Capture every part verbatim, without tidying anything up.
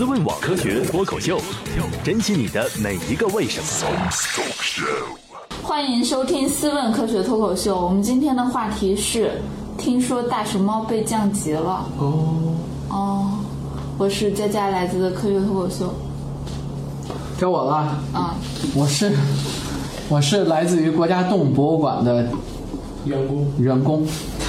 思问网科学脱口秀，珍惜你的每一个为什么。 欢迎收听思问科学脱口秀。我们今天的话题是：听说大熊猫被降级了。哦哦，我是佳佳，来自的科学脱口秀。 该我了。 啊， 我是我是来自于国家动物博物馆的员工员工。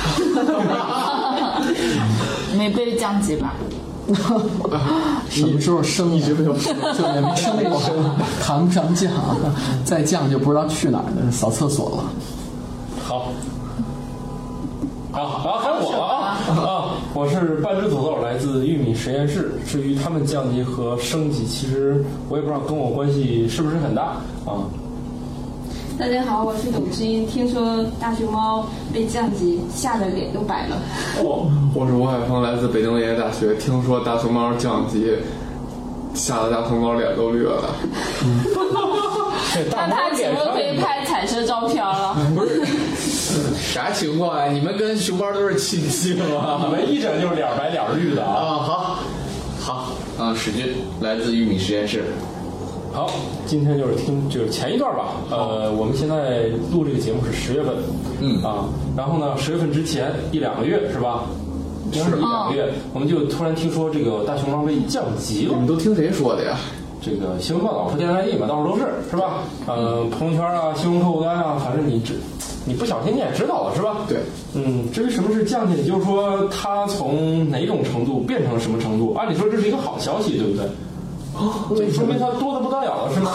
没被降级吧？ 什么时候升的？ 一直没有升， 就也没升过，谈不上降，再降就不知道去哪儿了，扫厕所了。 好，好，好，还有我了啊啊！我是半只土豆，来自玉米实验室。至于他们降级和升级，其实我也不知道跟我关系是不是很大啊。 大家好，我是董知音。听说大熊猫被降级，吓得脸都白了。 哦， 我是吴海峰，来自北京林业大学。听说大熊猫降级，吓得大熊猫脸都绿了。 嗯、 那他请问可以拍彩色照片了？ 不是，啥情况啊？你们跟熊猫都是亲戚吗？ 你们一整就是脸白脸绿的啊！ 啊，好，好，嗯，史军，来自玉米实验室。 好，今天就是听就是前一段吧，呃，我们现在录这个节目是十月份， 嗯啊，然后呢，十月份之前一两个月是吧？应该是一两个月，我们就突然听说这个大熊猫被降级了。 你们都听谁说的呀？ 这个新闻报道、铺天盖地嘛，到处都是，是吧？呃，朋友圈啊、新闻客户端啊，反正你知，你不小心你也知道了，是吧？ 对， 嗯，至于什么是降级，也就是说它从哪种程度变成什么程度？按理说这是一个好消息，对不对？哦，这说明它多的不得了了，是吗？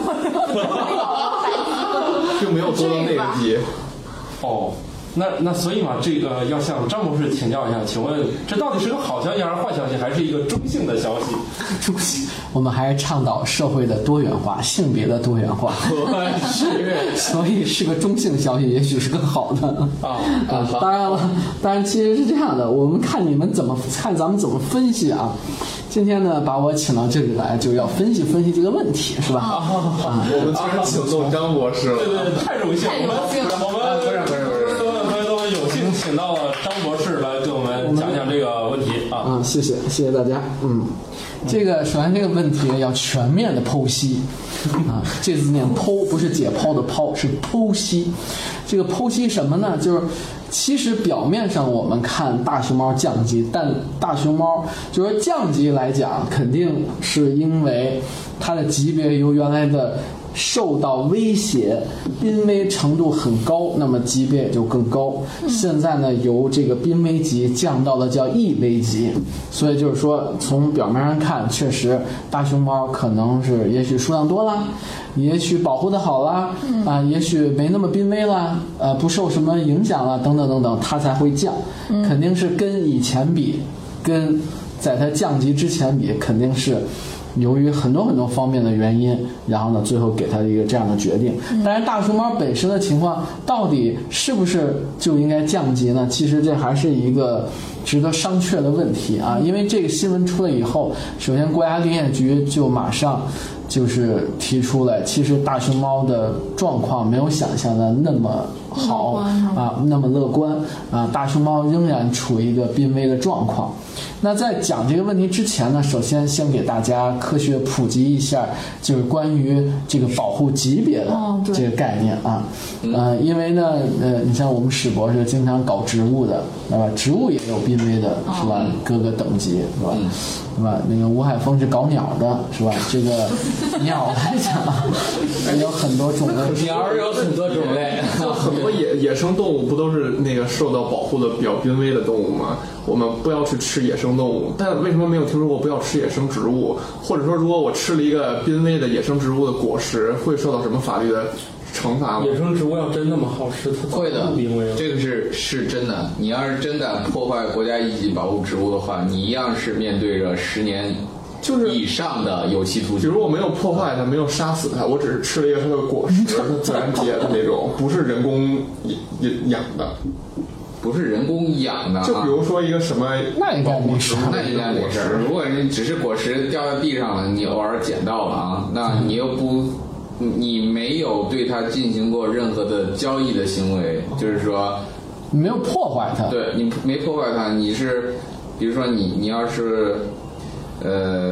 并没有多到那个级。 哦，那那所以嘛，这个要向张博士请教一下，请问这到底是个好消息还是坏消息，还是一个中性的消息？ 中性。我们还是倡导社会的多元化，性别的多元化。是，所以是个中性消息，也许是个好的啊啊！当然了，当然其实是这样的，我们看你们怎么看，咱们怎么分析啊？今天呢，把我请到这里来，就要分析分析这个问题，是吧？啊， 我们居然请到张博士了， 对对，太荣幸， 太荣幸了。 我们不是不是不是， 所有的朋友都很有幸请到了张博士来给我们讲讲这个问题啊。 啊，谢谢谢谢大家。嗯，这个首先这个问题要全面的剖析啊，这字念剖，不是解剖的剖，是剖析。这个剖析什么呢？就是其实表面上我们看大熊猫降级，但大熊猫就是降级来讲，肯定是因为它的级别由原来的受到威胁，濒危程度很高，那么级别也就更高。现在呢，由这个濒危级降到了叫易危级，所以就是说，从表面上看，确实大熊猫可能是也许数量多了，也许保护的好啦，啊，也许没那么濒危啦，呃，不受什么影响啦，等等等等，它才会降，肯定是跟以前比，跟在它降级之前比，肯定是由于很多很多方面的原因，然后呢，最后给他一个这样的决定。当然，大熊猫本身的情况到底是不是就应该降级呢？其实这还是一个值得商榷的问题啊。因为这个新闻出来以后，首先国家林业局就马上就是提出来，其实大熊猫的状况没有想象的那么好啊，那么乐观啊，大熊猫仍然处于一个濒危的状况。那在讲这个问题之前呢，首先先给大家科学普及一下，就是关于这个保护级别的这个概念啊。呃，因为呢，呃，你像我们史博士经常搞植物的，对吧？植物也有濒危的，是吧？各个等级，是吧？是吧？那个吴海峰是搞鸟的，是吧？这个鸟来讲也有很多种类， 鸟有很多种类，就很多野野生动物不都是那个受到保护的比较濒危的动物吗？我们不要去吃野生动物，但为什么没有听说过不要吃野生植物？或者说，如果我吃了一个濒危的野生植物的果实，会受到什么法律的惩罚吗？ 野生植物要真那么好吃，它会的，这个是是真的。你要是真的破坏国家一级保护植物的话，你一样是面对着十年就是以上的有期徒刑。 比如我没有破坏它，没有杀死它，我只是吃了一个它的果实，它自然结的那种，不是人工养的。 不是人工养的、啊， 就比如说一个什么， 那应该没事， 那应该没事。如果你只是果实掉在地上了，你偶尔捡到了啊，那你又不，你没有对它进行过任何的交易的行为，就是说， 你没有破坏它， 对你没破坏它，你是，比如说你你要是。呃，偶然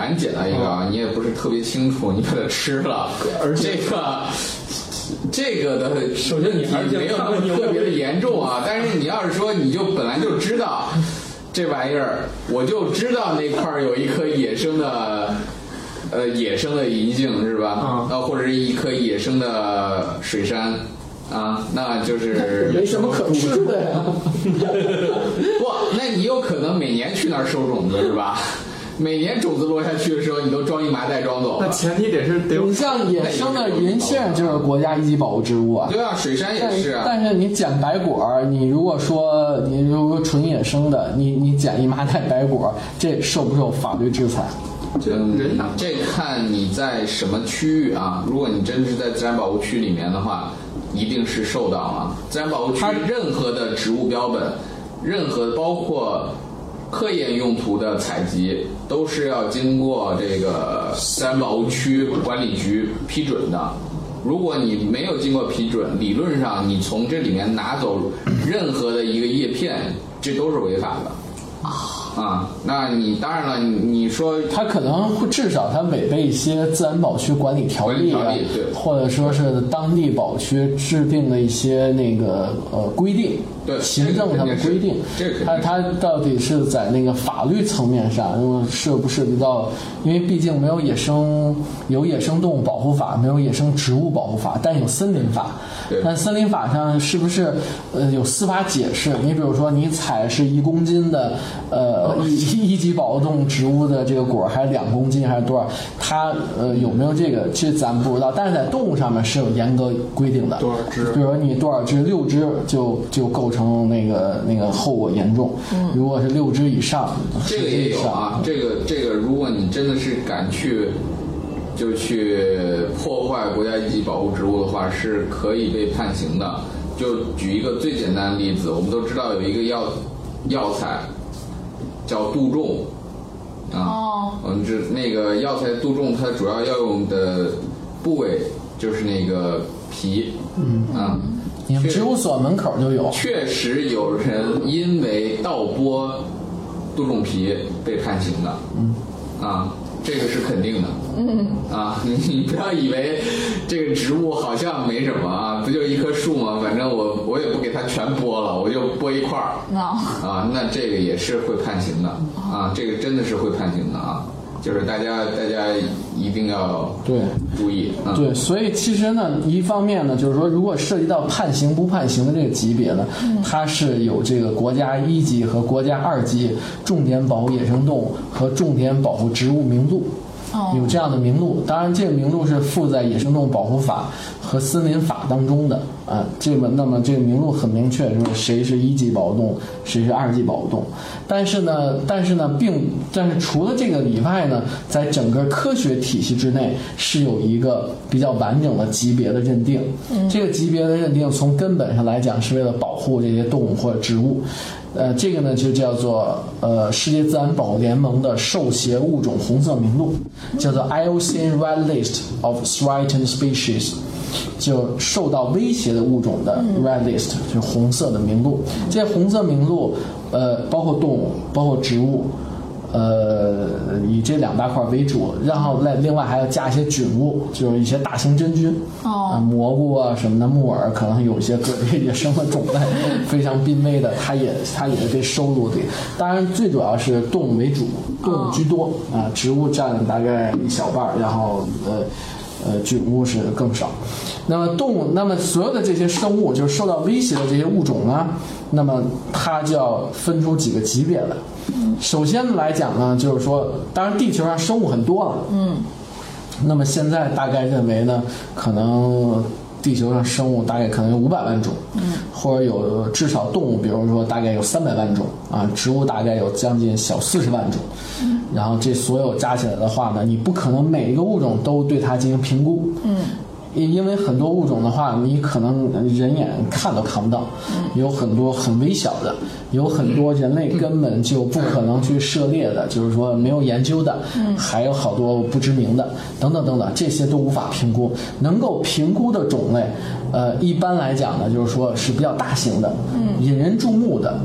然捡到一个啊，你也不是特别清楚，你把它吃了，而这个。这个的首先你还是没有那么特别的严重啊，但是你要是说你就本来就知道这玩意儿，我就知道那块有一颗野生的呃野生的银杏是吧？啊、嗯，或者是一颗野生的水杉啊，那就是没什么可吃的呀。 不，那你有可能每年去那儿收种子是吧？每年种子落下去的时候，你都装一麻袋装走了。 那前提得是得有。 你像野生的银杏就是国家一级保护植物啊。 对啊，水杉也是啊。 但是你捡白果，你如果说你如果纯野生的，你你捡一麻袋白果，这受不受法律制裁？ 嗯，这看你在什么区域啊。如果你真是在自然保护区里面的话，一定是受到啊。自然保护区任何的植物标本，任何包括。科研用途的采集都是要经过这个自然保护区管理局批准的。如果你没有经过批准，理论上你从这里面拿走任何的一个叶片，这都是违法的。啊，那你当然了，你你说他可能会至少他违背一些自然保区管理条例啊， 对， 或者说是当地保区制定的一些那个呃规定， 对， 行政上的规定， 这个他他到底是在那个法律层面上，因为涉不涉及到，因为毕竟没有野生有野生动物保护法，没有野生植物保护法，但有森林法，但森林法上是不是呃有司法解释？你比如说你采是一公斤的呃。呃，一一级保护动物植物的这个果还是两公斤还是多少？它呃有没有这个？其实咱们不知道，但是在动物上面是有严格规定的。 多少只？ 比如说你多少只，六只就就构成那个那个后果严重。嗯，如果是六只以上， 这个也有啊。这个这个，如果你真的是敢去就去破坏国家一级保护植物的话，是可以被判刑的。就举一个最简单的例子，我们都知道有一个药药材。叫杜仲，啊，嗯，这那个药材杜仲，它主要要用的部位就是那个皮，嗯啊， 你们植物所门口就有， 确实有人因为盗剥杜仲皮被判刑的，嗯，啊，这个是肯定的，嗯啊，你你不要以为这个植物好像没什么啊，不就一棵树吗？反正我我也不给它全剥了，我就剥一块儿， no. 啊，那这个也是会判刑的啊，这个真的是会判刑的啊。就是大家大家一定要对注意，嗯、 对，所以其实呢，一方面呢，就是说，如果涉及到判刑不判刑的这个级别呢，嗯、它是有这个国家一级和国家二级重点保护野生动物和重点保护植物名录。有这样的名录，当然这个名录是附在野生动物保护法和森林法当中的啊。这个那么这个名录很明确，说谁是一级保护动物，谁是二级保护动物。但是呢，但是呢，并但是除了这个以外呢，在整个科学体系之内是有一个比较完整的级别的认定。嗯、这个级别的认定从根本上来讲是为了保护这些动物或者植物。呃，这个呢就叫做呃世界自然保护联盟的受胁物种红色名录，叫做 I U C N Red List of Threatened Species， 就受到威胁的物种的 Red List， 就是红色的名录。这些红色名录，呃，包括动物，包括植物。呃，以这两大块为主，然后另外还要加一些菌物，就是一些大型真菌， 哦， 啊，蘑菇啊什么的，木耳可能有一些个别野生的种类非常濒危的，它也它也是被收录的。当然，最主要是动物为主，动物居多啊，植物占大概一小半，然后呃。呃，菌物是更少。那么动物，那么所有的这些生物，就是受到威胁的这些物种呢，那么它就要分出几个级别来。首先来讲呢，就是说，当然地球上生物很多了，嗯，那么现在大概认为呢，可能地球上生物大概可能有五百万种，嗯，或者有至少动物，比如说大概有三百万种啊，植物大概有将近小四十万种，嗯，然后这所有加起来的话呢，你不可能每一个物种都对它进行评估，嗯。因为很多物种的话，你可能人眼看都看不到，有很多很微小的，有很多人类根本就不可能去涉猎的，就是说没有研究的，还有好多不知名的，等等等等，这些都无法评估。能够评估的种类，呃，一般来讲呢，就是说是比较大型的，引人注目的。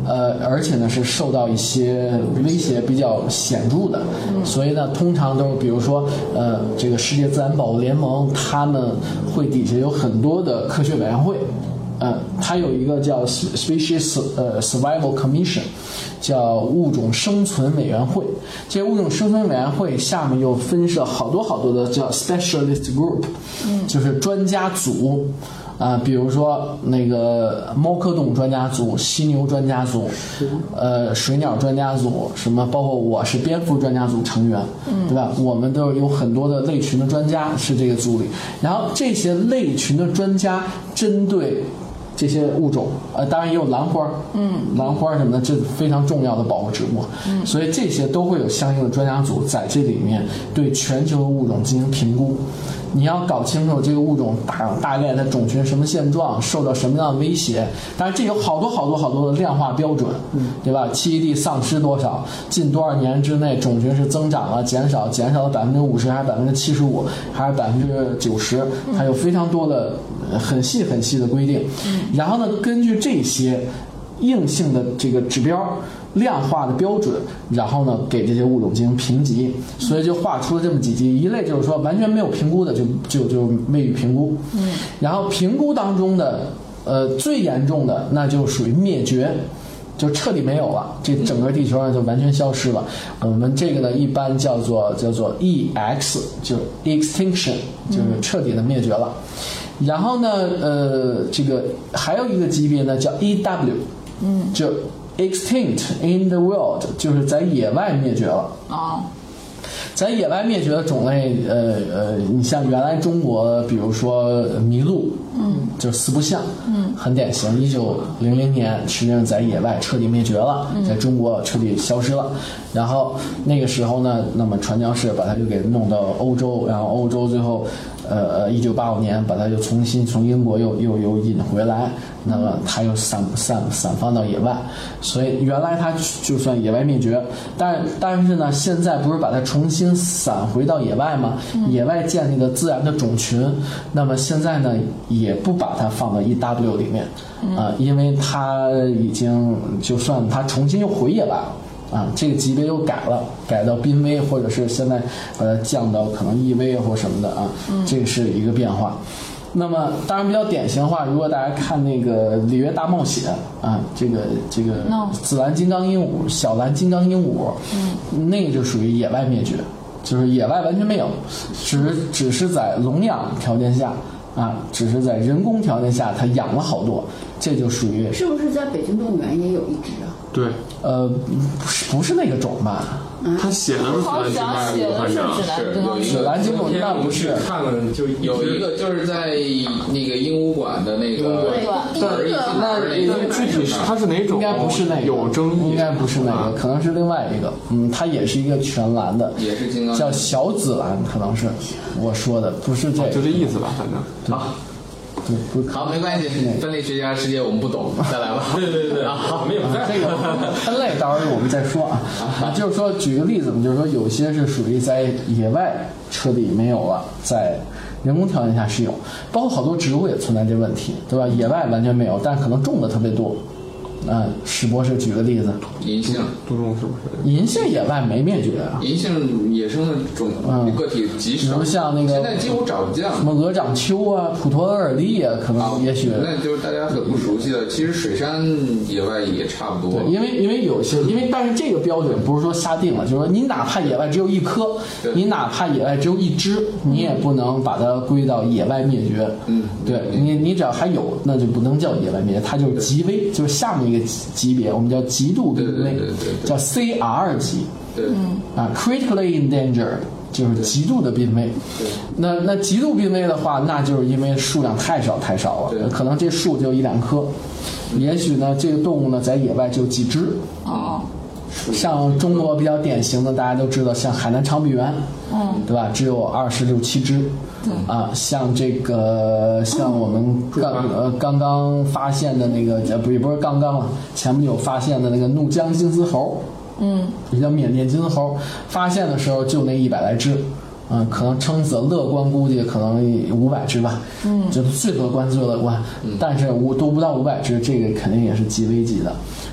呃，而且呢是受到一些威胁比较显著的，所以呢，通常都是比如说，呃，这个世界自然保护联盟，他们会底下有很多的科学委员会。呃，它有一个叫 Species 呃 Survival Commission， 叫物种生存委员会。这物种生存委员会下面又分设好多好多的叫 Specialist Group， 嗯，就是专家组。啊、呃，比如说那个猫科动物专家组、犀牛专家组、呃水鸟专家组，什么包括我是蝙蝠专家组成员，嗯，对吧？我们都有很多的类群的专家是这个组里，然后这些类群的专家针对这些物种，呃，当然也有兰花，嗯，兰花什么的，这非常重要的保护植物，嗯，所以这些都会有相应的专家组在这里面对全球的物种进行评估。你要搞清楚这个物种大大概它种群什么现状，受到什么样的威胁。当然，这有好多好多好多的量化标准，嗯，对吧？栖息地丧失多少，近多少年之内种群是增长了、减少，减少了百分之五十，还是百分之七十五，还是百分之九十？它有非常多的很细很细的规定。然后呢，根据这些硬性的这个指标。量化的标准，然后呢给这些物种进行评级，所以就画出了这么几级。一类就是说完全没有评估的，就就就未予评估。嗯，然后评估当中的呃最严重的那就属于灭绝，就彻底没有了，这整个地球上就完全消失了。我们这个呢一般叫做叫做 E X， 就是 extinction， 就是彻底的灭绝了。然后呢呃这个还有一个级别呢叫 E W， 嗯，就Extinct in the world， 就是在野外灭绝了。哦，在野外灭绝的种类，呃呃，你像原来中国，比如说麋鹿，嗯，就是四不像，嗯，很典型。一九零零年，实际上在野外彻底灭绝了，在中国彻底消失了。然后那个时候呢，那么传教士把它就给弄到欧洲，然后欧洲最后，呃呃，一九八五年把它又重新从英国又又又引回来。那么它又散散散放到野外，所以原来它就算野外灭绝，但但是呢，现在不是把它重新散回到野外吗？嗯、野外建立的自然的种群，那么现在呢也不把它放到 E W 里面，啊、嗯呃，因为它已经就算它重新又回野外了。啊，这个级别又改了，改到濒危，或者是现在把它降到可能易危或什么的啊，嗯、这个是一个变化。那么当然比较典型化，如果大家看那个《里约大冒险》啊，这个这个紫蓝金刚鹦鹉、小蓝金刚鹦鹉，嗯，那个就属于野外灭绝，就是野外完全没有，只只是在笼养条件下啊，只是在人工条件下它养了好多，这就属于是不是在北京动物园也有一只啊？ 对， 呃，不是不是那个种吧？ 他写的是好像写的是紫蓝金刚， 紫蓝金刚，那不是看了就有一个就是在那个鹦鹉馆的那个， 但是那那具体是它是哪种？ 应该不是那个， 有争议， 应该不是那个，可能是另外一个。嗯，它也是一个全蓝的， 也是金刚， 叫小紫蓝，可能是我说的，不是这个， 就这意思吧，反正好。 对，不好，没关系。分类学家世界我们不懂，再来吧。 对对对，好，没有这个分类，到时候我们再说啊。啊，就是说，举个例子，就是说，有些是属于在野外彻底没有了，在人工条件下是有，包括好多植物也存在这问题，对吧？野外完全没有，但可能种的特别多。啊，史博士举个例子， 银杏， 杜仲是不是？ 银杏野外没灭绝啊。 银杏野生的种、嗯、个体极少， 比如像那个现在几乎找不见什么鹅掌楸啊、普陀额尔利啊，可能也许、 啊、那就是大家很不熟悉的。其实水杉野外也差不多。 对，因为因为有些，因为但是这个标准不是说瞎定了，就是说你哪怕野外只有一棵，你哪怕野外只有一只，你也不能把它归到野外灭绝。嗯，对你你只要还有，那就不能叫野外灭绝，它就是极危，就是下面一个级别，我们叫极度濒危，叫 C R 级。 对， 嗯啊 ，critically endangered 就是极度的濒危。 对， 那那极度濒危的话，那就是因为数量太少太少了，可能这树就一两棵，也许呢这个动物呢在野外就几只。 哦。 像中国比较典型的，大家都知道，像海南长臂猿，嗯，对吧？只有二十六七只，嗯啊，像这个，像我们刚呃刚刚发现的那个，呃不也不是刚刚了，前不久发现的那个怒江金丝猴，嗯，也叫缅甸金丝猴，发现的时候就那一百来只。嗯，可能撑死乐观估计可能五百只吧，嗯，就是最乐观最乐观，嗯、但是五都不到五百只，这个肯定也是极危级的。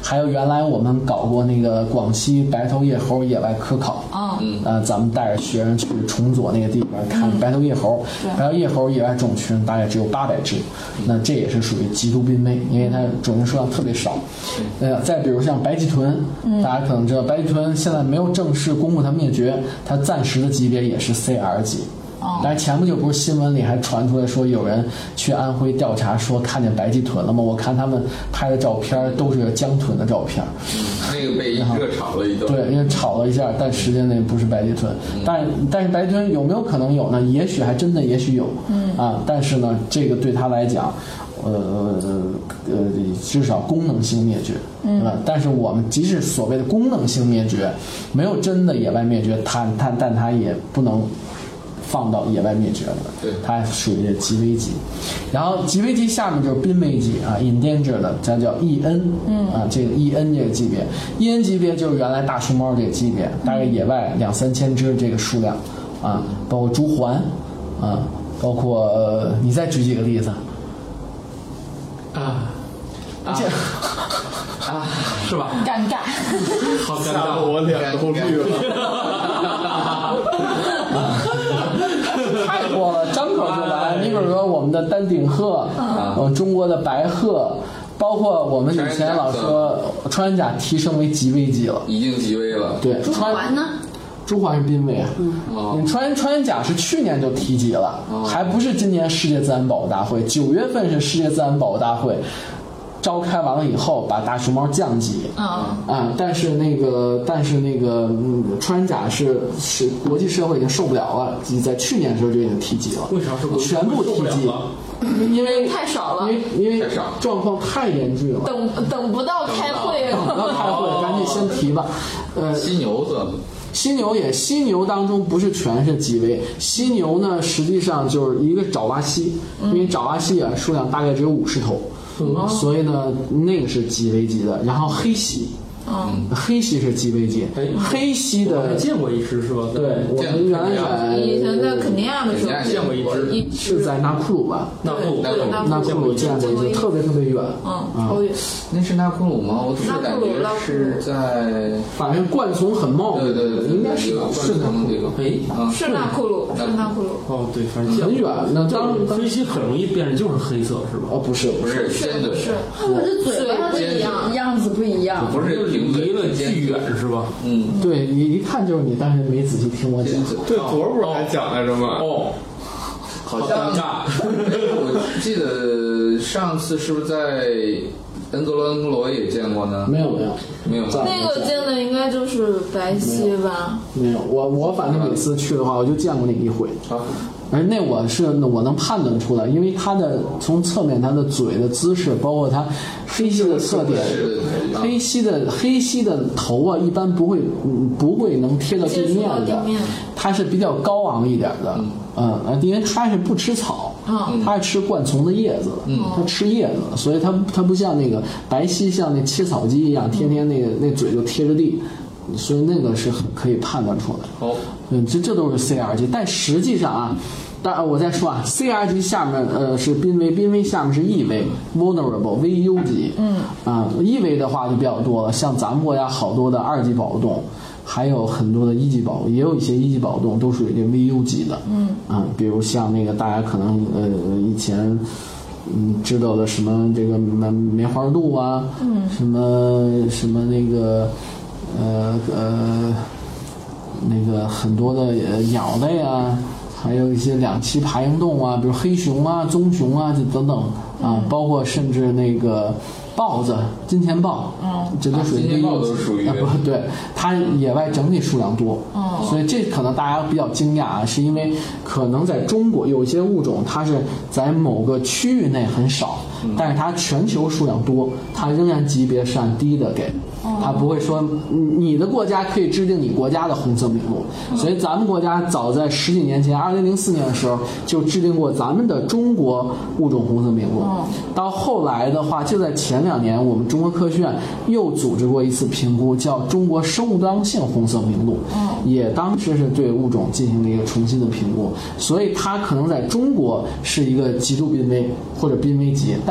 还有原来我们搞过那个广西白头叶猴野外科考， 嗯， 呃，咱们带着学生去崇左那个地方看白头叶猴，白头叶猴野外种群大概只有八百只，那这也是属于极度濒危，因为它种群数量特别少。呃，再比如像白鳍豚，大家可能知道白鳍豚现在没有正式公布它灭绝，它暂时的级别也是 C R 级。但是前不久不是新闻里还传出来说有人去安徽调查说看见白鳍豚了吗？我看他们拍的照片都是江豚的照片， 嗯、那个被热炒了一顿。 对，因为炒了一下，但实际那不是白鳍豚。嗯、但但是白鳍豚有没有可能有呢？也许还真的也许有。嗯啊，但是呢，这个对他来讲，呃呃，至少功能性灭绝，对吧？但是我们即使所谓的功能性灭绝，没有真的野外灭绝，它它但它也不能放到野外灭绝了， 对， 它属于极危级。然后极危级下面就是濒危级啊 ，endangered 的，咱叫 E N， 嗯啊，这个 E N 这个级别 ，E N 级别就是原来大熊猫这个级别，大概野外两三千只这个数量啊，包括朱鹮啊，包括、呃、你再举几个例子啊啊啊，是吧？ 尴尬， 好尴尬， 我脸都绿了。 太多了，张口就来。你比如说我们的丹顶鹤，嗯、呃，中国的白鹤，包括我们以前老说穿山甲提升为极危级了， 已经极危了。 对， 朱鹮呢？ 朱鹮是濒危啊。 嗯，哦、 穿穿山甲是去年就提及了，哦、还不是今年世界自然保护大会，九月份是世界自然保护大会。召开完了以后，把大熊猫降级啊、嗯、啊！但是那个，但是那个，嗯，穿山甲是是国际社会已经受不了了，在去年的时候就已经提及了。 为啥是全部提及？因为太少了， 因为因为状况太严峻了， 等等不到开会了， 等不到开会，赶紧先提吧。呃， 犀牛子。 犀牛也，犀牛当中不是全是极危，犀牛呢实际上就是一个爪哇犀，因为爪哇犀啊数量大概只有五十头。嗯、所以呢，那个是极危级的。然后黑犀，嗯，黑犀是极危级。黑犀的还见过一只是吧？ 对，我们原来以前在肯尼亚的时候见过一只， 是在纳库鲁吧？ 纳库鲁， 纳库鲁见过一只，特别特别远。 嗯，好远。 那是纳库鲁吗？我怎么感觉是在， 反正灌丛很茂。 对对对， 应该是是纳库鲁。哎， 是纳库鲁，是纳库鲁。 哦，对，反正很远。那当飞机很容易变成就是黑色，是吧？ 哦，不是， 不是，真的是。 我这嘴巴不一样，样子不一样。 不是离了巨远是吧？ 嗯，对你一看就是你，但是没仔细听我讲。 对，昨儿不是还讲来着吗？ 哦， 好尴尬。我记得上次是不是在恩格罗恩格罗也见过呢？ 没有没有没有。 那个见的应该就是白犀吧？ 没有，我我反正每次去的话，我就见过那一回。 啊。 而那我是我能判断出来，因为它的从侧面它的嘴的姿势，包括它黑犀的特点，黑犀的黑犀的头啊，一般不会不会能贴到地面的，它是比较高昂一点的，嗯，因为它是不吃草，它是吃灌丛的叶子，它吃叶子，所以它它不像那个白犀像那切草机一样，天天那个那嘴就贴着地。所以那个是很可以判断出来。 哦， 嗯，这这都是 C R 级，但实际上啊，当然我再说啊 ，C R 级下面呃是濒危，濒危下面是易危 （vulnerable） 危优级。嗯啊，易危的话就比较多了，像咱们国家好多的二级保护动物，还有很多的一级保护，也有一些一级保护动物都属于这危优级的。嗯啊，比如像那个大家可能呃以前。嗯，知道的什么这个梅梅花鹿啊，嗯，什么什么那个。呃呃，那个很多的鸟类啊，还有一些两栖爬行动物啊，比如黑熊啊、棕熊啊，这等等啊，包括甚至那个豹子、金钱豹，嗯，这都属于金钱豹都属于啊，不对，它野外整体数量多，嗯，所以这可能大家比较惊讶啊，是因为可能在中国有一些物种，它是在某个区域内很少，但是它全球数量多，它仍然级别是按低的给。他不会说你的国家可以制定你国家的红色名录，所以咱们国家早在十几年前，二零零四年的时候就制定过咱们的中国物种红色名录。到后来的话，就在前两年，我们中国科学院又组织过一次评估，叫中国生物多样性红色名录，也当时是对物种进行了一个重新的评估，所以它可能在中国是一个极度濒危或者濒危级，但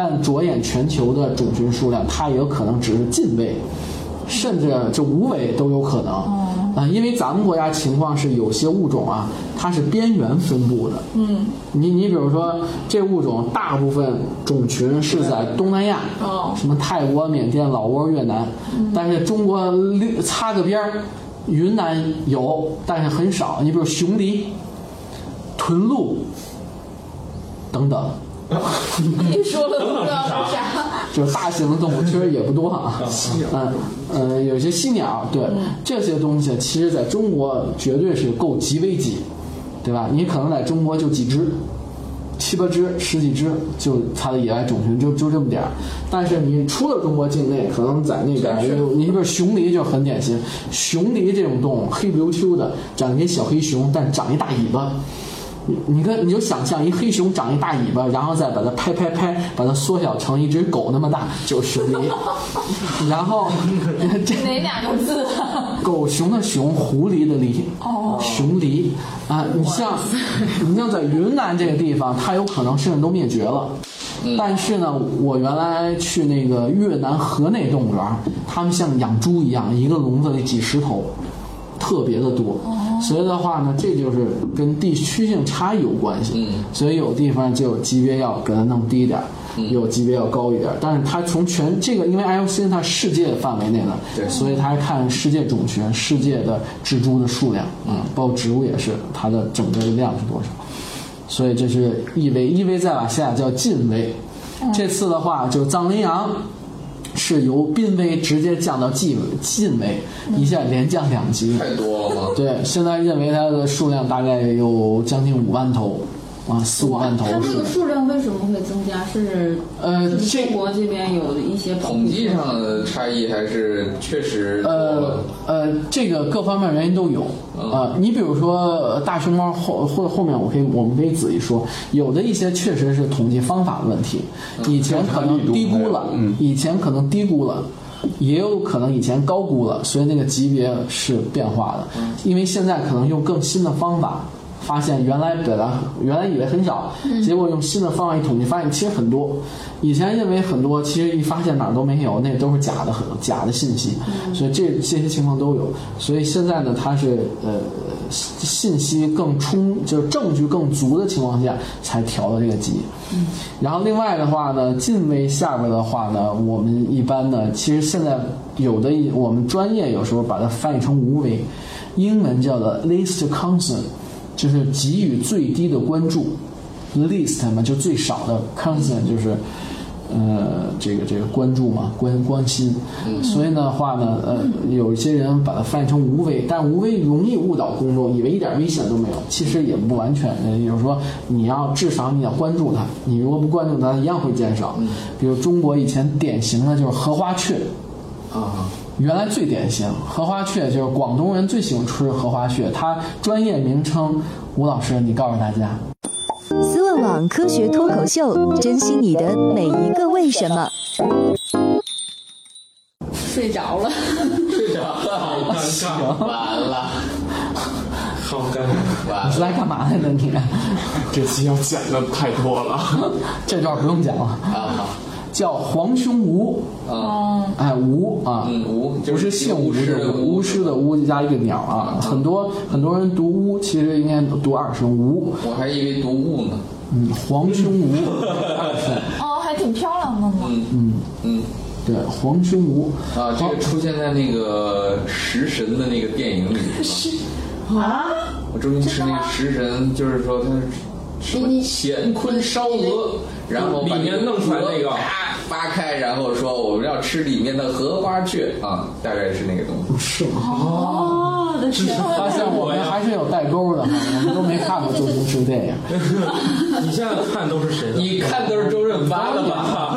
但着眼全球的种群数量，它也有可能只是近位，甚至就无尾都有可能。啊、呃，因为咱们国家情况是有些物种啊，它是边缘分布的。 嗯， 你你比如说这物种大部分种群是在东南亚， 哦， 什么泰国、缅甸、老挝、越南，嗯、但是中国擦个边儿，云南有，但是很少。你比如熊狸、豚鹿等等。 你说了不知道是啥？ 就是大型的动物确实也不多啊，嗯呃，有些犀鸟，对、嗯、这些东西，其实在中国绝对是够极为极，对吧？你可能在中国就几只，七八只、十几只，就它的野外种群就就这么点儿。但是你出了中国境内，可能在那边，你比如熊狸就很典型，熊狸这种动物黑不溜秋的，长得跟小黑熊，但长一大尾巴。你跟你就想象一黑熊长一大尾巴，然后再把它拍拍拍，把它缩小成一只狗那么大，就是熊狸。然后这哪两个字？ 狗熊的熊，狐狸的狸， 哦， 熊狸啊！你像你像在云南这个地方，它有可能甚至都灭绝了。但是呢，我原来去那个越南河内动物园，他们像养猪一样，一个笼子里几十头。特别的多，所以的话呢，这就是跟地区性差异有关系。嗯，所以有地方就有级别要给它弄低一点，有级别要高一点。但是它从全这个，因为 I O C 它世界范围内的，对，所以它看世界种群、世界的蜘蛛的数量，嗯，包括植物也是，它的整个的量是多少。所以这是一维，一维再往下叫近维。这次的话，就藏羚羊。是由濒危直接降到近近危，一下连降两级， 太多了吗？ 对，现在认为它的数量大概有将近五万头，啊，四五万头。 它这个数量为什么会增加？是呃， 中国这边有一些统计上的差异，还是确实呃呃，这个各方面原因都有。呃，你比如说大熊猫后或后面我可以我们可以仔细说，有的一些确实是统计方法的问题，以前可能低估了，以前可能低估了。也有可能以前高估了，所以那个级别是变化的。因为现在可能用更新的方法，发现原来本来原来以为很少，结果用新的方法一统计，发现其实很多。以前认为很多，其实一发现哪儿都没有，那都是假的，假的信息。所以这这些情况都有。所以现在呢，它是呃信息更充，就是证据更足的情况下才调了这个级。然后另外的话呢，近危下边的话呢，我们一般呢，其实现在有的我们专业有时候把它翻译成无危，英文叫做 least concern， 就是给予最低的关注。least 嘛，就最少的 concern 就是呃这个这个关注嘛，关关心。所以的话呢，呃有一些人把它翻译成无危，但无危容易误导公众，以为一点危险都没有，其实也不完全。也就是说，你要至少你要关注它，你如果不关注它，一样会减少。比如中国以前典型的就是荷花雀啊。原来最典型荷花雀就是广东人最喜欢吃荷花雀，它专业名称吴老师你告诉大家。 思问网科学脱口秀，珍惜你的每一个为什么。 睡着了， 睡着了，好尴尬，完了， 好尴尬。 你是来干嘛来的你？ 这期要剪的太多了， 这段不用讲了啊。叫黄胸鹜， 哦， 哎，鹜啊， 嗯，鹜不是姓吴的鹜，巫师的巫加一个鸟啊，很多很多人读巫，其实应该读二声鹜。 我还以为读雾呢。 嗯，黄胸鹜， 哦，还挺漂亮的呢。 嗯嗯嗯， 对，黄胸鹜啊，这个出现在那个食神的那个电影里是啊， 我终于吃那个食神，就是说它是什么乾坤烧鹅。然后里面弄出来那个啪扒开，然后说我们要吃里面的荷花雀啊，大概是那个东是西。 哦，的天！ 发现我们还是有代沟的，我们都没看过周星驰电影。 你现在看都是谁的？ 你看都是周润发的吧？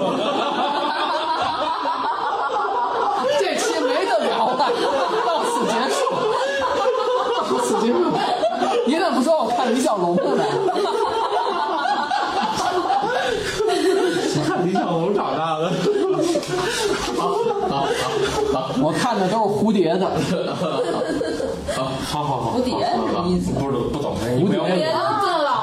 这期没得聊了，到此结束。到此结束。你怎么不说我看李小龙的呢？ 看李小龙长大的， 好好好， 我看的都是蝴蝶的。 好好好， 蝴蝶什么意思？ 不是不懂， 蝴蝶别这么老了。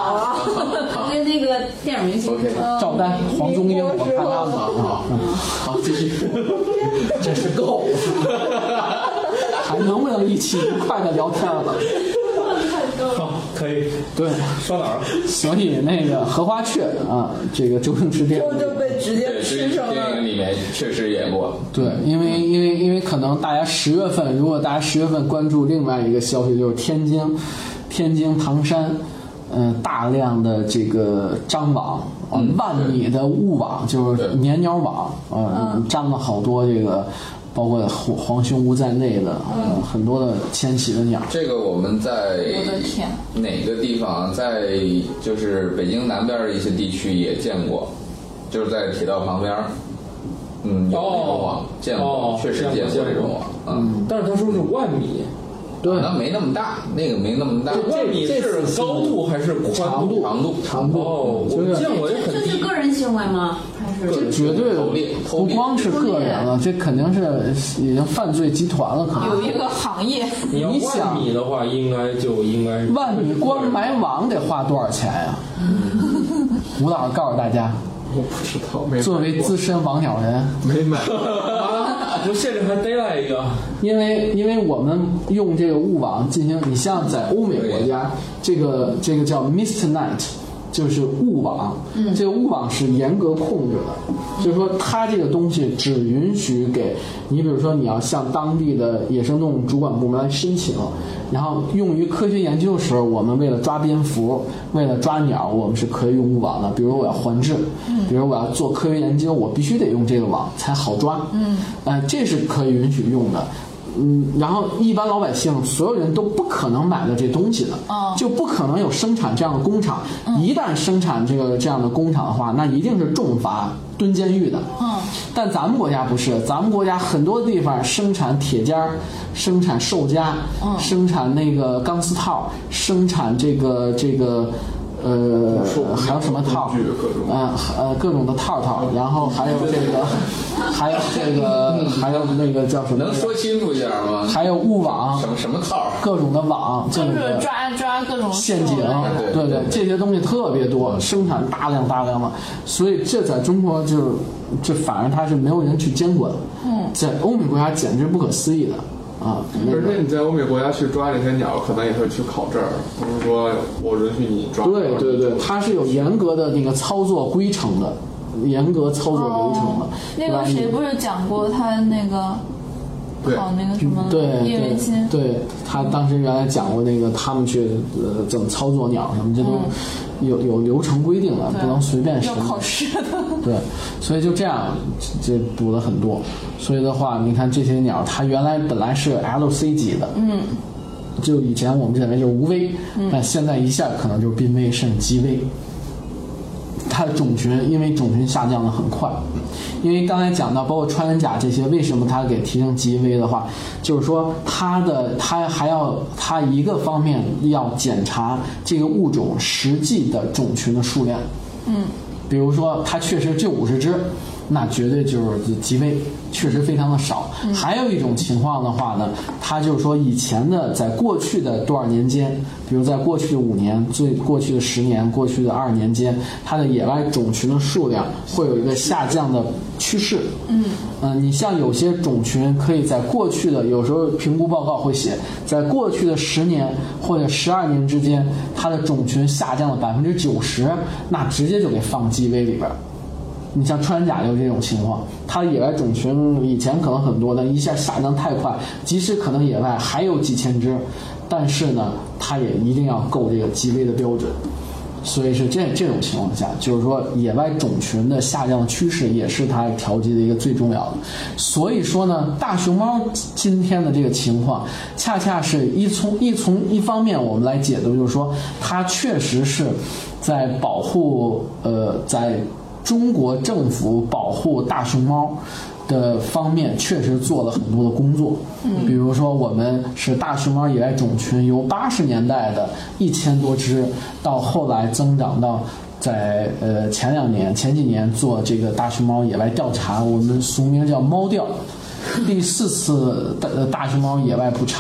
跟那个电影明星赵丹、黄宗英，我看他们啊。好，继续，真是够了，还能不能一起愉快的聊天了？ 好，可以。 对， 说哪儿了？ 所以那个荷花雀啊，这个周星驰电影就被直接吃成了。 电影里面确实演过。 对，因为因为因为可能大家十月份，如果大家十月份关注另外一个消息，就是天津，天津唐山，嗯、呃，大量的这个张网啊、呃，万米的雾网，就是粘鸟网，呃，嗯、粘了好多这个。包括黄胸乌在内的、嗯呃、很多的迁徙的鸟。 这个我们在哪个地方，在就是北京南边的一些地区也见过，就是在铁道旁边，嗯，有那种网、哦、见过、哦，确实见过这种网，嗯， 但是他说是万米。 对， 那没那么大，那个没那么大。 万米是高度还是宽度？ 长度， 长度。 哦，我见过也很低。 这是个人行为吗？还是这绝对不光是个人了，这肯定是已经犯罪集团了，可能有一个行业。 你要万米的话，应该就应该万米光买网得花多少钱呀？吴老师告诉大家。 我不知道，没作为资深网鸟人， 没买。 不，现在还得来一个， 因为因为我们用这个雾网进行，你像在欧美国家，这个这个叫 Mist Net， 就是雾网，嗯，这个雾网是严格控制的，嗯、就是说它这个东西只允许给你，比如说你要向当地的野生动物主管部门来申请。然后用于科学研究的时候，我们为了抓蝙蝠，为了抓鸟，我们是可以用雾网的。比如我要环制，比如我要做科学研究，我必须得用这个网才好抓。嗯，呃，这是可以允许用的。嗯，然后一般老百姓所有人都不可能买到这东西的，哦、就不可能有生产这样的工厂。嗯、一旦生产这个这样的工厂的话，那一定是重罚蹲监狱的。嗯，但咱们国家不是，咱们国家很多地方生产铁夹，生产兽夹，嗯、生产那个钢丝套，生产这个这个。呃，还有什么套？嗯呃，各种的套套，然后还有这个，还有这个，还有那个叫什么？ 能说清楚一点吗？ 还有雾网， 什么什么套？ 各种的网， 就是抓抓各种陷阱，对对，这些东西特别多，生产大量大量的，所以这在中国就是，这反而它是没有人去监管，嗯，在欧美国家简直不可思议的。啊， 而且你在欧美国家去抓这些鸟，可能也会去考证，不是说我允许你抓。 对对对，它是有严格的那个操作规程的，严格操作流程的。哦、 那个谁不是讲过他那个考那个什么叶文新？ 对，他当时原来讲过那个他们去呃怎么操作鸟什么，这都有、嗯、有流程规定的，不能随便审。 要考试的。 对，所以就这样，这补了很多。所以的话，你看这些鸟，它原来本来是 L C 级的，嗯，就以前我们认为就是无危，嗯、但现在一下可能就是濒危甚至极危。它的种群因为种群下降的很快，因为刚才讲到包括穿山甲这些，为什么它给提升极危的话，就是说它的它还要它一个方面要检查这个物种实际的种群的数量，嗯，比如说它确实就五十只，那绝对就是极危，确实非常的少。嗯、还有一种情况的话呢，它就是说以前的在过去的多少年间，比如在过去的五年、最过去的十年、过去的二十年间，它的野外种群的数量会有一个下降的趋势。嗯，呃，你像有些种群可以在过去的有时候评估报告会写，在过去的十年或者十二年之间，它的种群下降了百分之九十，那直接就给放极危里边。你像穿山甲就这种情况，它的野外种群以前可能很多，但一下下降太快，即使可能野外还有几千只，但是呢，它也一定要够这个极危的标准。所以是这这种情况下，就是说野外种群的下降趋势也是它调节的一个最重要的。所以说呢，大熊猫今天的这个情况，恰恰是一从一从一方面我们来解读，就是说它确实是在保护呃在。中国政府保护大熊猫的方面确实做了很多的工作，嗯，比如说我们是大熊猫野外种群由八十年代的一千多只，到后来增长到在呃前两年前几年做这个大熊猫野外调查，我们俗名叫猫调，第四次大大熊猫野外普查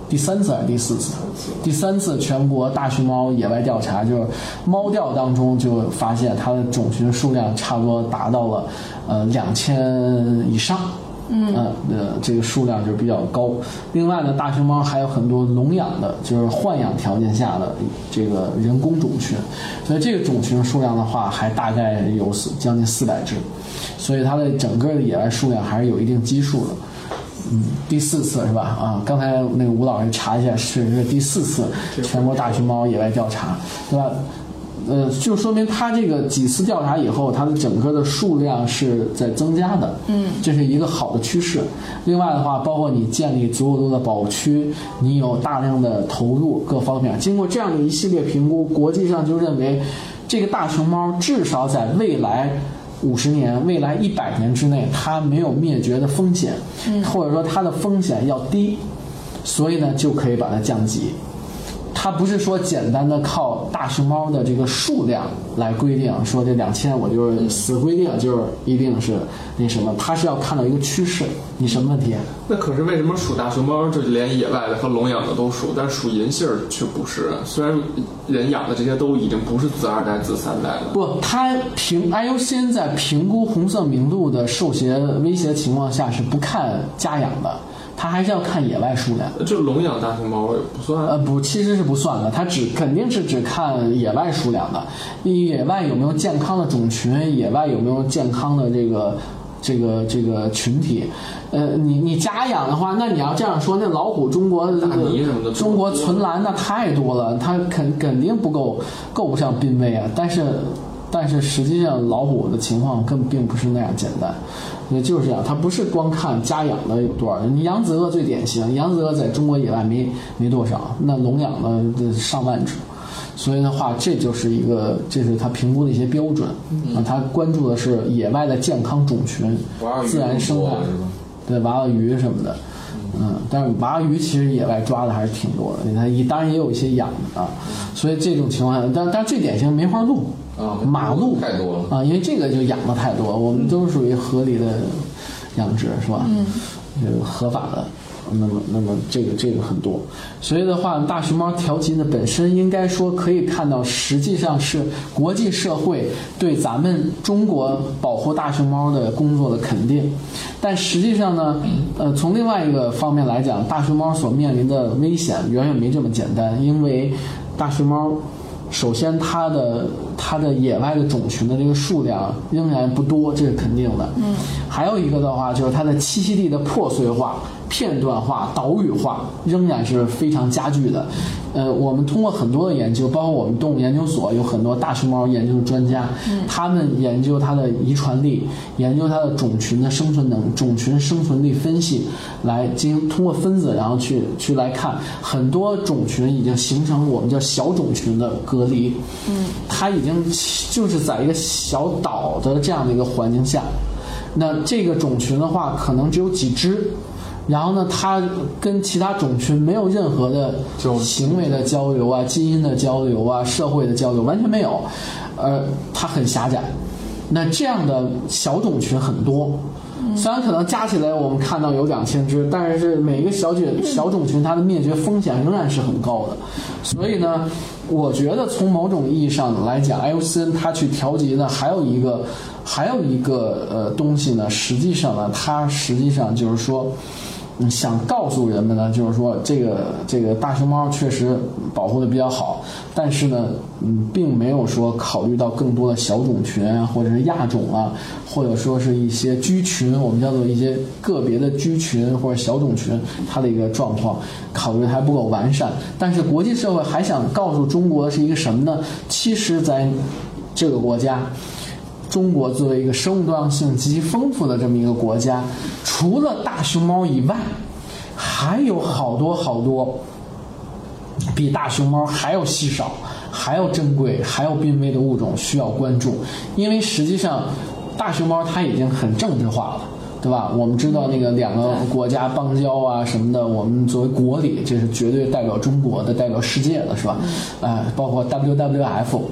第三次还是第四次？第三次全国大熊猫野外调查，就是猫调当中就发现它的种群数量差不多达到了呃两千以上。嗯呃这个数量就比较高。另外呢，大熊猫还有很多笼养的，就是豢养条件下的这个人工种群，所以这个种群数量的话，还大概有将近四百只，所以它的整个的野外数量还是有一定基数的。嗯，第四次是吧？啊，刚才那个吴老师查一下，是是第四次全国大熊猫野外调查，对吧？呃，就说明它这个几次调查以后，它的整个的数量是在增加的，嗯，这是一个好的趋势。另外的话，包括你建立足够多的保护区，你有大量的投入各方面，经过这样的一系列评估，国际上就认为这个大熊猫至少在未来五十年、未来一百年之内，它没有灭绝的风险，嗯，或者说它的风险要低，所以呢，就可以把它降级。它不是说简单的靠大熊猫的这个数量来规定，说这两千我就是死规定，就是一定是那什么，它是要看到一个趋势。你什么问题？ 那可是为什么属大熊猫就连野外的和笼养的都属，但是属银杏却不是？虽然人养的这些都已经不是子二代、子三代了。 不，它评 I U C N 在评估红色名录的受胁威胁情况下是不看家养的。它还是要看野外数量， 就笼养大熊猫也不算。 呃，不，其实是不算的，它只肯定是只看野外数量的。野外有没有健康的种群，野外有没有健康的这个这个这个群体。呃，你你家养的话，那你要这样说，那老虎中国大鲵什么的， 中国存栏那太多了，它肯肯定不够够不上濒危啊。但是但是实际上老虎的情况更并不是那样简单。也就是这样，它不是光看家养的有多少人。你扬子鳄最典型，扬子鳄在中国野外没没多少，那笼养的上万只，所以的话，这就是一个，这是他评估的一些标准。啊，他关注的是野外的健康种群、自然生态，对娃娃鱼什么的。嗯，但是娃娃鱼其实野外抓的还是挺多的，它当然也有一些养的啊，所以这种情况下，但但最典型梅花鹿。 啊， 马鹿太多了啊，因为这个就养的太多，我们都是属于合理的养殖，是吧？嗯，这个合法的，那么那么这个这个很多，所以的话，大熊猫调级呢本身应该说可以看到，实际上是国际社会对咱们中国保护大熊猫的工作的肯定，但实际上呢，呃，从另外一个方面来讲，大熊猫所面临的危险远远没这么简单，因为大熊猫。首先，它的它的野外的种群的这个数量仍然不多，这是肯定的。嗯，还有一个的话，就是它的栖息地的破碎化、片段化、岛屿化仍然是非常加剧的。呃，我们通过很多的研究，包括我们动物研究所有很多大熊猫研究的专家，嗯，他们研究它的遗传力，研究它的种群的生存能、种群生存力分析，来进行通过分子，然后去去来看很多种群已经形成我们叫小种群的隔离。嗯，它已经就是在一个小岛的这样的一个环境下，那这个种群的话，可能只有几只。然后呢，它跟其他种群没有任何的行为的交流啊、基因的交流啊、社会的交流，完全没有。呃，它很狭窄。那这样的小种群很多，虽然可能加起来我们看到有两千只，但是每一个小种小种群它的灭绝风险仍然是很高的。所以呢，我觉得从某种意义上来讲 ，I U C N 它去调节呢，还有一个还有一个呃东西呢，实际上呢，它实际上就是说。嗯，想告诉人们呢，就是说这个这个大熊猫确实保护的比较好，但是呢，嗯，并没有说考虑到更多的小种群啊，或者是亚种啊，或者说是一些居群，我们叫做一些个别的居群或者小种群，它的一个状况考虑还不够完善。但是国际社会还想告诉中国是一个什么呢？其实，在这个国家。中国作为一个生物多样性极其丰富的这么一个国家，除了大熊猫以外，还有好多好多比大熊猫还要稀少、还要珍贵、还要濒危的物种需要关注。因为实际上，大熊猫它已经很政治化了。对吧？我们知道那个两个国家邦交啊什么的，我们作为国礼，这是绝对代表中国的、代表世界的，是吧？呃，包括 W W F。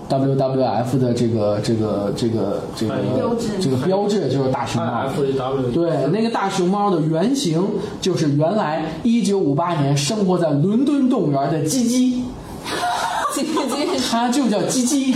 W W F 的这个这个这个这个这个标志就是大熊猫。对，那个大熊猫的原型就是原来一九五八年生活在伦敦动物园的鸡鸡。它就叫鸡鸡，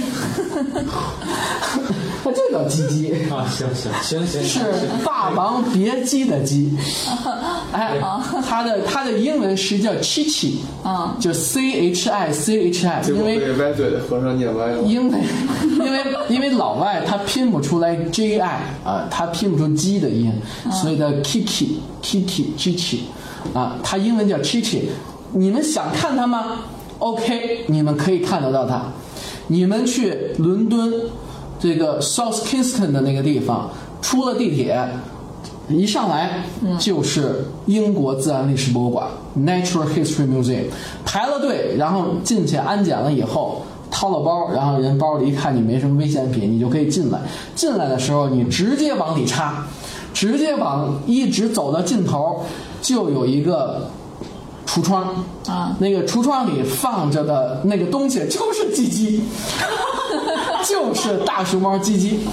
它就叫鸡鸡啊！行行行行， 是霸王别姬的姬。哎，它的它的英文实际叫 Chi-Chi， 嗯，就 C H I C H I， 因为歪嘴的和尚念歪了。 因为因为因为老外他拼不出来 J I 啊，他拼不出鸡的音，所以叫 Kiki Kiki Chi-Chi 啊，它英文叫 Chi-Chi。你们想看它吗？OK， 你们可以看得到它。你们去伦敦这个 South Kensington 的那个地方，出了地铁，一上来就是英国自然历史博物馆 Natural History Museum， 排了队，然后进去安检了以后，掏了包，然后人包里一看你没什么危险品，你就可以进来。进来的时候你直接往里插，直接往一直走到尽头，就有一个橱窗啊，那个橱窗里放着的那个东西就是鸡鸡，就是大熊猫鸡鸡，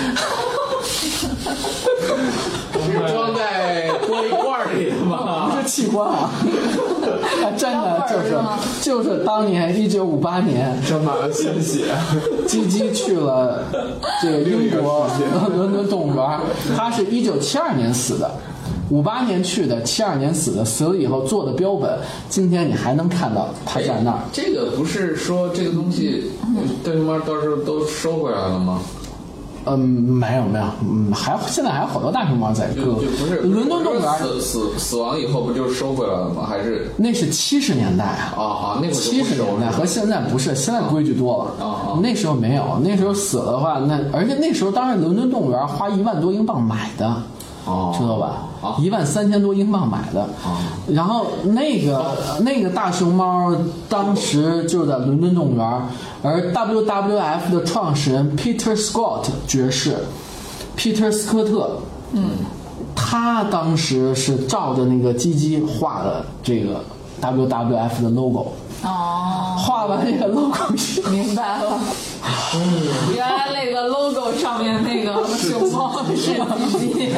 装在玻璃罐里的吗？ 不是器官啊，真的就是就是当年一九五八年沾满了鲜血， 鸡鸡去了这个英国伦敦动物园，他是一九七二年死的。五八年去的，七二年死的，死了以后做的标本，今天你还能看到它在那儿。 这个不是说这个东西，大熊猫到时候都收回来了吗？ 嗯，没有没有，嗯，还现在还有好多大熊猫在各就不是伦敦动物园死死死亡以后不就收回来了吗？还是那是七十年代啊？ 啊啊，那会儿七十年代和现在不是，现在规矩多了。啊啊，那时候没有，那时候死了的话，那而且那时候当然伦敦动物园花一万多英镑买的。哦，知道吧？一万三千多英镑买的。哦，然后那个那个大熊猫当时就在伦敦动物园，而 W W F 的创始人 Peter Scott 爵士 ，Peter 斯科特，嗯，他当时是照着那个鸡鸡画的这个 W W F 的 logo。哦，画完这个 logo， 明白了。嗯，原来那个 logo 上面那个熊猫是鸡鸡，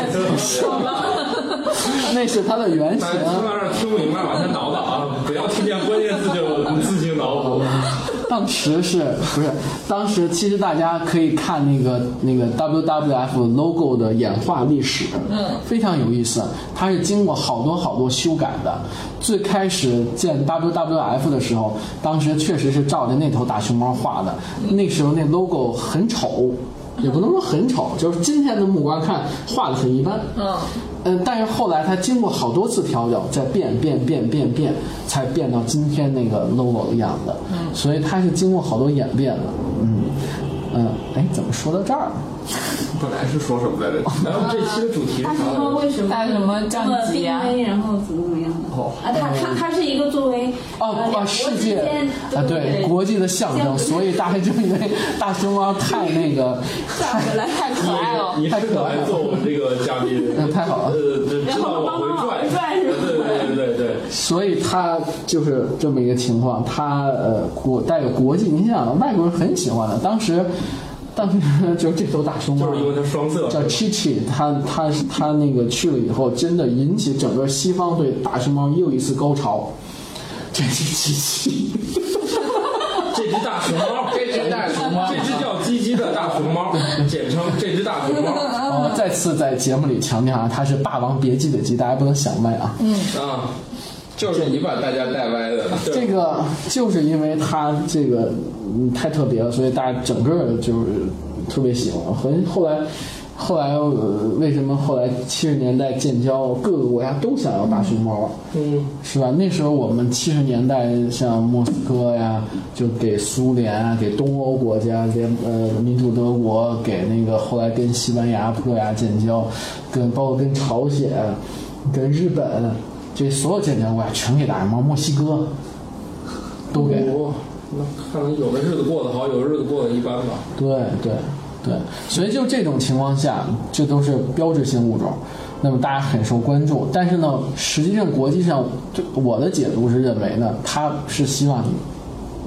那是它的原型。 听到这儿听不明白，往下倒倒啊！不要听见关键字就自行脑补。 当时是不是？当时其实大家可以看那个那个 W W F logo 的演化历史，嗯，非常有意思。它是经过好多好多修改的。最开始建 W W F 的时候，当时确实是照着那头大熊猫画的。那时候那 logo 很丑，也不能说很丑，就是今天的目光看画的很一般。嗯。嗯，但是后来它经过好多次调整，再变变变变变，才变到今天那个 logo 的样子。嗯，所以它是经过好多演变的。嗯嗯，哎，怎么说到这儿？ 本来是说什么来着？ 然后这期的主题是啥？ 大熊猫为什么大什么降级啊？ 然后怎么怎么样的？哦啊，它它它是一个作为哦哦世界啊对国际的象征，所以大家就因为大熊猫太那个太太可爱了， 你适合来做我们这个嘉宾， 嗯，太好了， 呃，知道往回拽， 拽是吧？ 对对对对对， 所以它就是这么一个情况，它呃国带有国际，你想外国人很喜欢的，当时。当时就这头大熊猫， 就是因为它双色， 叫 Chi-Chi， 它它它那个去了以后，真的引起整个西方对大熊猫又一次高潮。这只鸡鸡， 这只大熊猫， 这只大熊猫， 这只叫鸡鸡的大熊猫，简称这只大熊猫。 哦，再次在节目里强调啊，它是霸王别姬的姬，大家不能想歪啊。 嗯啊。 就是你把大家带歪的， 这个就是因为它这个嗯太特别了，所以大家整个就是特别喜欢。和后来，后来、呃、为什么后来七十年代建交，各个国家都想要大熊猫，嗯，是吧？那时候我们七十年代像莫斯科呀，就给苏联啊，给东欧国家，给呃民主德国，给那个后来跟西班牙、葡萄牙建交，跟包括跟朝鲜、跟日本。这所有建交国全给大熊猫，墨西哥都给。 哦，那看来有的日子过得好，有的日子过得一般吧。 对对对，所以就这种情况下，这都是标志性物种，那么大家很受关注。但是呢，实际上国际上，就我的解读是认为呢，它是希望你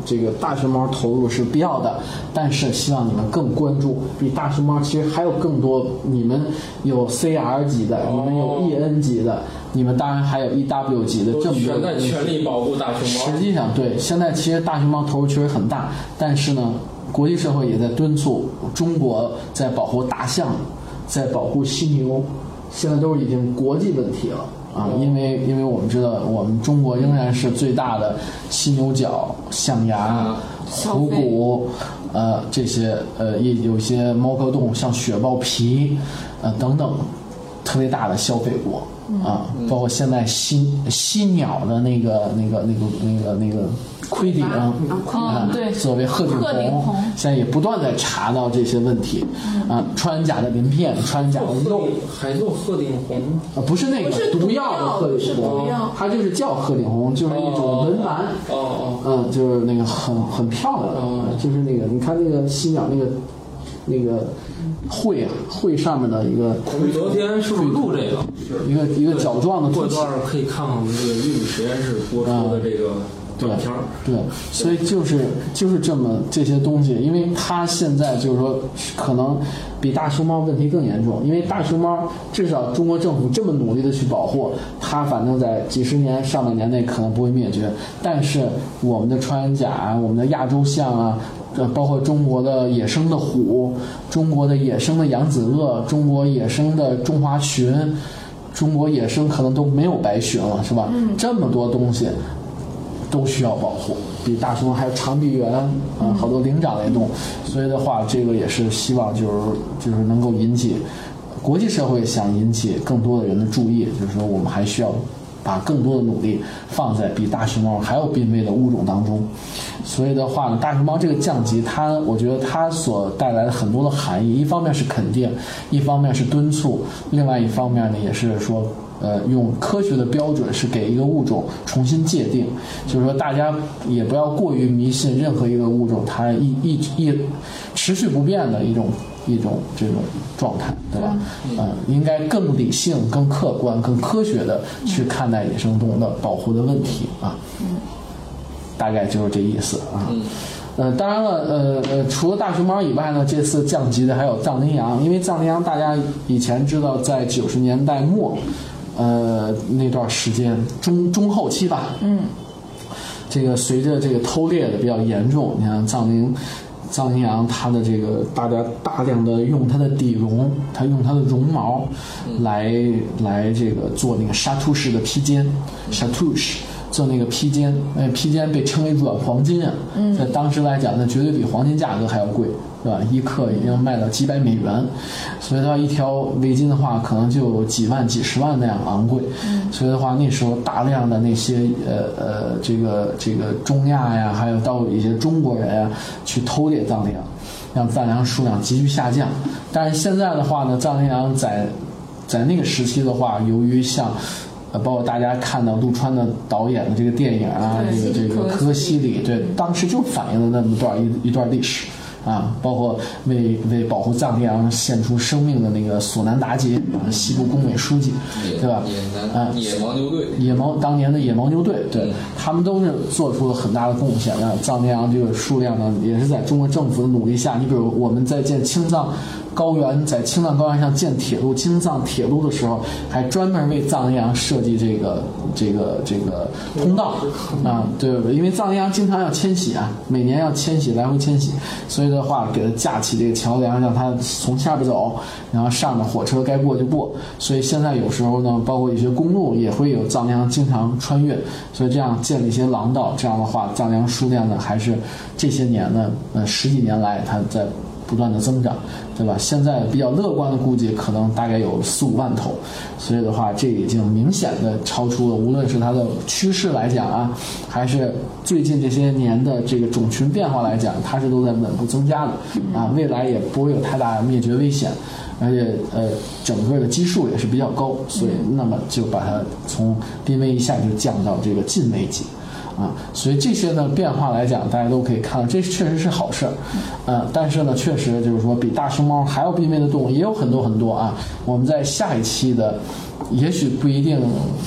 这个大熊猫投入是必要的，但是希望你们更关注，比大熊猫其实还有更多，你们有 C R 级的，你们有 E N 级的，你们当然还有 E W 级的，这么多全在全力保护大熊猫。 实际上，对，现在其实大熊猫投入确实很大，但是呢，国际社会也在敦促中国在保护大象，在保护犀牛，现在都是已经国际问题了。啊，因为因为我们知道，我们中国仍然是最大的犀牛角、象牙、虎骨，呃，这些呃，也有一些猫科动物，像雪豹皮，呃等等，特别大的消费国啊，包括现在犀犀鸟的那个那个那个那个那个盔顶啊， 对， 作为鹤顶红，现在也不断在查到这些问题啊，穿甲的鳞片、穿甲的肉， 还做鹤顶红啊，不是那个毒药的鹤顶红，它就是叫鹤顶红，就是一种文玩， 哦哦， 嗯，就是那个很很漂亮的，就是那个你看那个犀鸟那个那个喙啊，喙上面的一个。 我们昨天是不是录这个？ 一个一个角状的。 过一段可以看看我们这个玉米实验室播出的这个。 对对，所以就是就是这么这些东西，因为它现在就是说可能比大熊猫问题更严重，因为大熊猫至少中国政府这么努力的去保护它，反正在几十年上百年内可能不会灭绝，但是我们的穿山甲、我们的亚洲象啊，呃，包括中国的野生的虎、中国的野生的扬子鳄、中国野生的中华鲟、中国野生可能都没有白鲟了，是吧？嗯，这么多东西。都需要保护，比大熊还有长臂猿啊、呃，好多灵长类动物，所以的话，这个也是希望就是就是能够引起国际社会想引起更多的人的注意，就是说我们还需要把更多的努力放在比大熊猫还有濒危的物种当中。所以的话呢，大熊猫这个降级，它我觉得它所带来的很多的含义，一方面是肯定，一方面是敦促，另外一方面呢也是说。呃，用科学的标准是给一个物种重新界定，就是说大家也不要过于迷信任何一个物种它一一一持续不变的一种一种这种状态，对吧？嗯、呃，应该更理性、更客观、更科学的去看待野生动物的保护的问题啊。嗯，大概就是这意思啊。嗯。呃，当然了，呃呃，除了大熊猫以外呢，这次降级的还有藏羚羊，因为藏羚羊大家以前知道，在九十年代末。呃，那段时间中中后期吧，嗯，这个随着这个偷猎的比较严重，你看藏羚藏羚羊，它的这个大家大量的用它的底绒，它用它的绒毛来来这个做那个沙突式的披肩，沙突式做那个披肩，那披肩被称为软黄金啊，在当时来讲，那绝对比黄金价格还要贵。对吧？一克已经卖到几百美元，所以的话，一条围巾的话，可能就有几万、几十万那样昂贵。嗯、所以的话，那时候大量的那些呃呃，这个这个中亚呀，还有到一些中国人啊，去偷猎藏羚羊，让藏羚羊数量急剧下降。但是现在的话呢，藏羚羊在在那个时期的话，由于像呃，包括大家看到陆川的导演的这个电影啊，这个这个科西里，对，当时就反映了那么段一一段历史。啊，包括为为保护藏羚羊献出生命的那个索南达杰啊，西部工委书记，对吧？啊， 野牦牛队， 野牦当年的野牦牛队，对、嗯、他们都是做出了很大的贡献。啊，藏羚羊这个数量呢，也是在中国政府的努力下。你比如我们在建青藏高原，在青藏高原上建铁路，青藏铁路的时候，还专门为藏羚羊设计这个这个这个通道啊，对，因为藏羚羊经常要迁徙啊，每年要迁徙，来回迁徙，所以的话给它架起这个桥梁，让它从下边走，然后上面火车该过就过。所以现在有时候呢，包括一些公路也会有藏羚羊经常穿越，所以这样建立一些廊道，这样的话藏羚羊数量呢还是这些年呢，呃十几年来它在不断的增长，对吧？现在比较乐观的估计可能大概有四五万头，所以的话，这已经明显的超出了无论是它的趋势来讲啊，还是最近这些年的这个种群变化来讲，它是都在稳步增加的啊，未来也不会有太大灭绝危险，而且呃整个的基数也是比较高，所以那么就把它从濒危一下就降到这个近危级。啊，所以这些呢变化来讲，大家都可以看到，这确实是好事儿，呃，但是呢，确实就是说，比大熊猫还要濒危的动物也有很多很多啊。我们在下一期的，也许不一定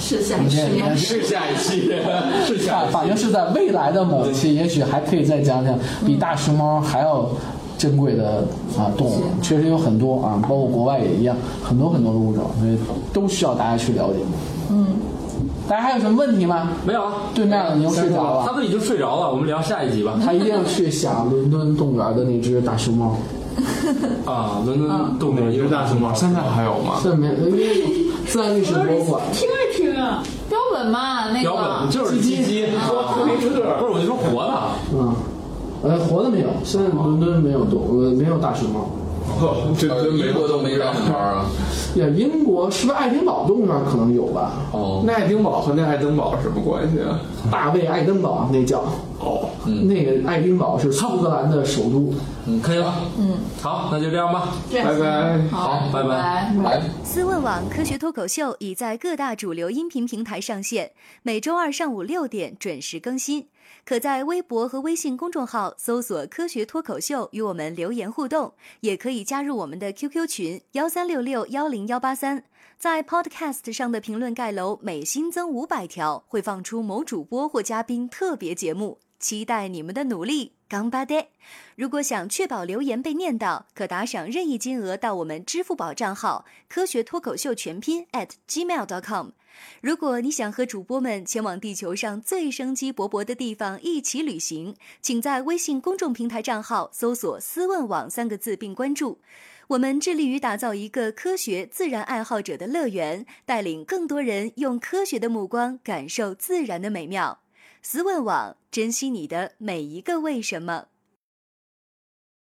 是下一期吗？ 是下一期， 是下一期， 反正是在未来的某一期，也许还可以再讲讲比大熊猫还要珍贵的啊动物，确实有很多啊，包括国外也一样，很多很多的物种，所以都需要大家去了解。嗯，大家还有什么问题吗？ 没有啊， 对面的牛睡着了， 他都已经睡着了，我们聊下一集吧。 他一定要去想伦敦动物园的那只大熊猫。 啊，伦敦动物园一只大熊猫，现在还有吗？ 现在没有，因为自然历史博物馆。 听一听啊， 标本嘛，那个标本就是鸡鸡，不是，我就说活的。 嗯，呃，活的没有，现在伦敦没有动，呃，没有大熊猫。 这呃，英国都没大熊猫啊。 呀，英国是不是爱丁堡动物园可能有吧？ 哦， 那爱丁堡和那爱登堡什么关系啊？ 大卫爱登堡那叫哦， 嗯、那个爱丁堡是苏格兰的首都。 嗯，可以了。嗯，好，那就这样吧。 拜拜。 好，拜拜。 来， 思问网科学脱口秀已在各大主流音频平台上线，每周二上午六点准时更新。可在微博和微信公众号搜索科学脱口秀与我们留言互动，也可以加入我们的 Q Q 群幺三六六幺零幺八三。在 Podcast 上的评论盖楼每新增五百条，会放出某主播或嘉宾特别节目，期待你们的努力，干巴爹！如果想确保留言被念到，可打赏任意金额到我们支付宝账号科学脱口秀全拼 at gmail dot com。如果你想和主播们前往地球上最生机勃勃的地方一起旅行，请在微信公众平台账号搜索“思问网”三个字并关注。我们致力于打造一个科学自然爱好者的乐园，带领更多人用科学的目光感受自然的美妙。思问网，珍惜你的每一个为什么。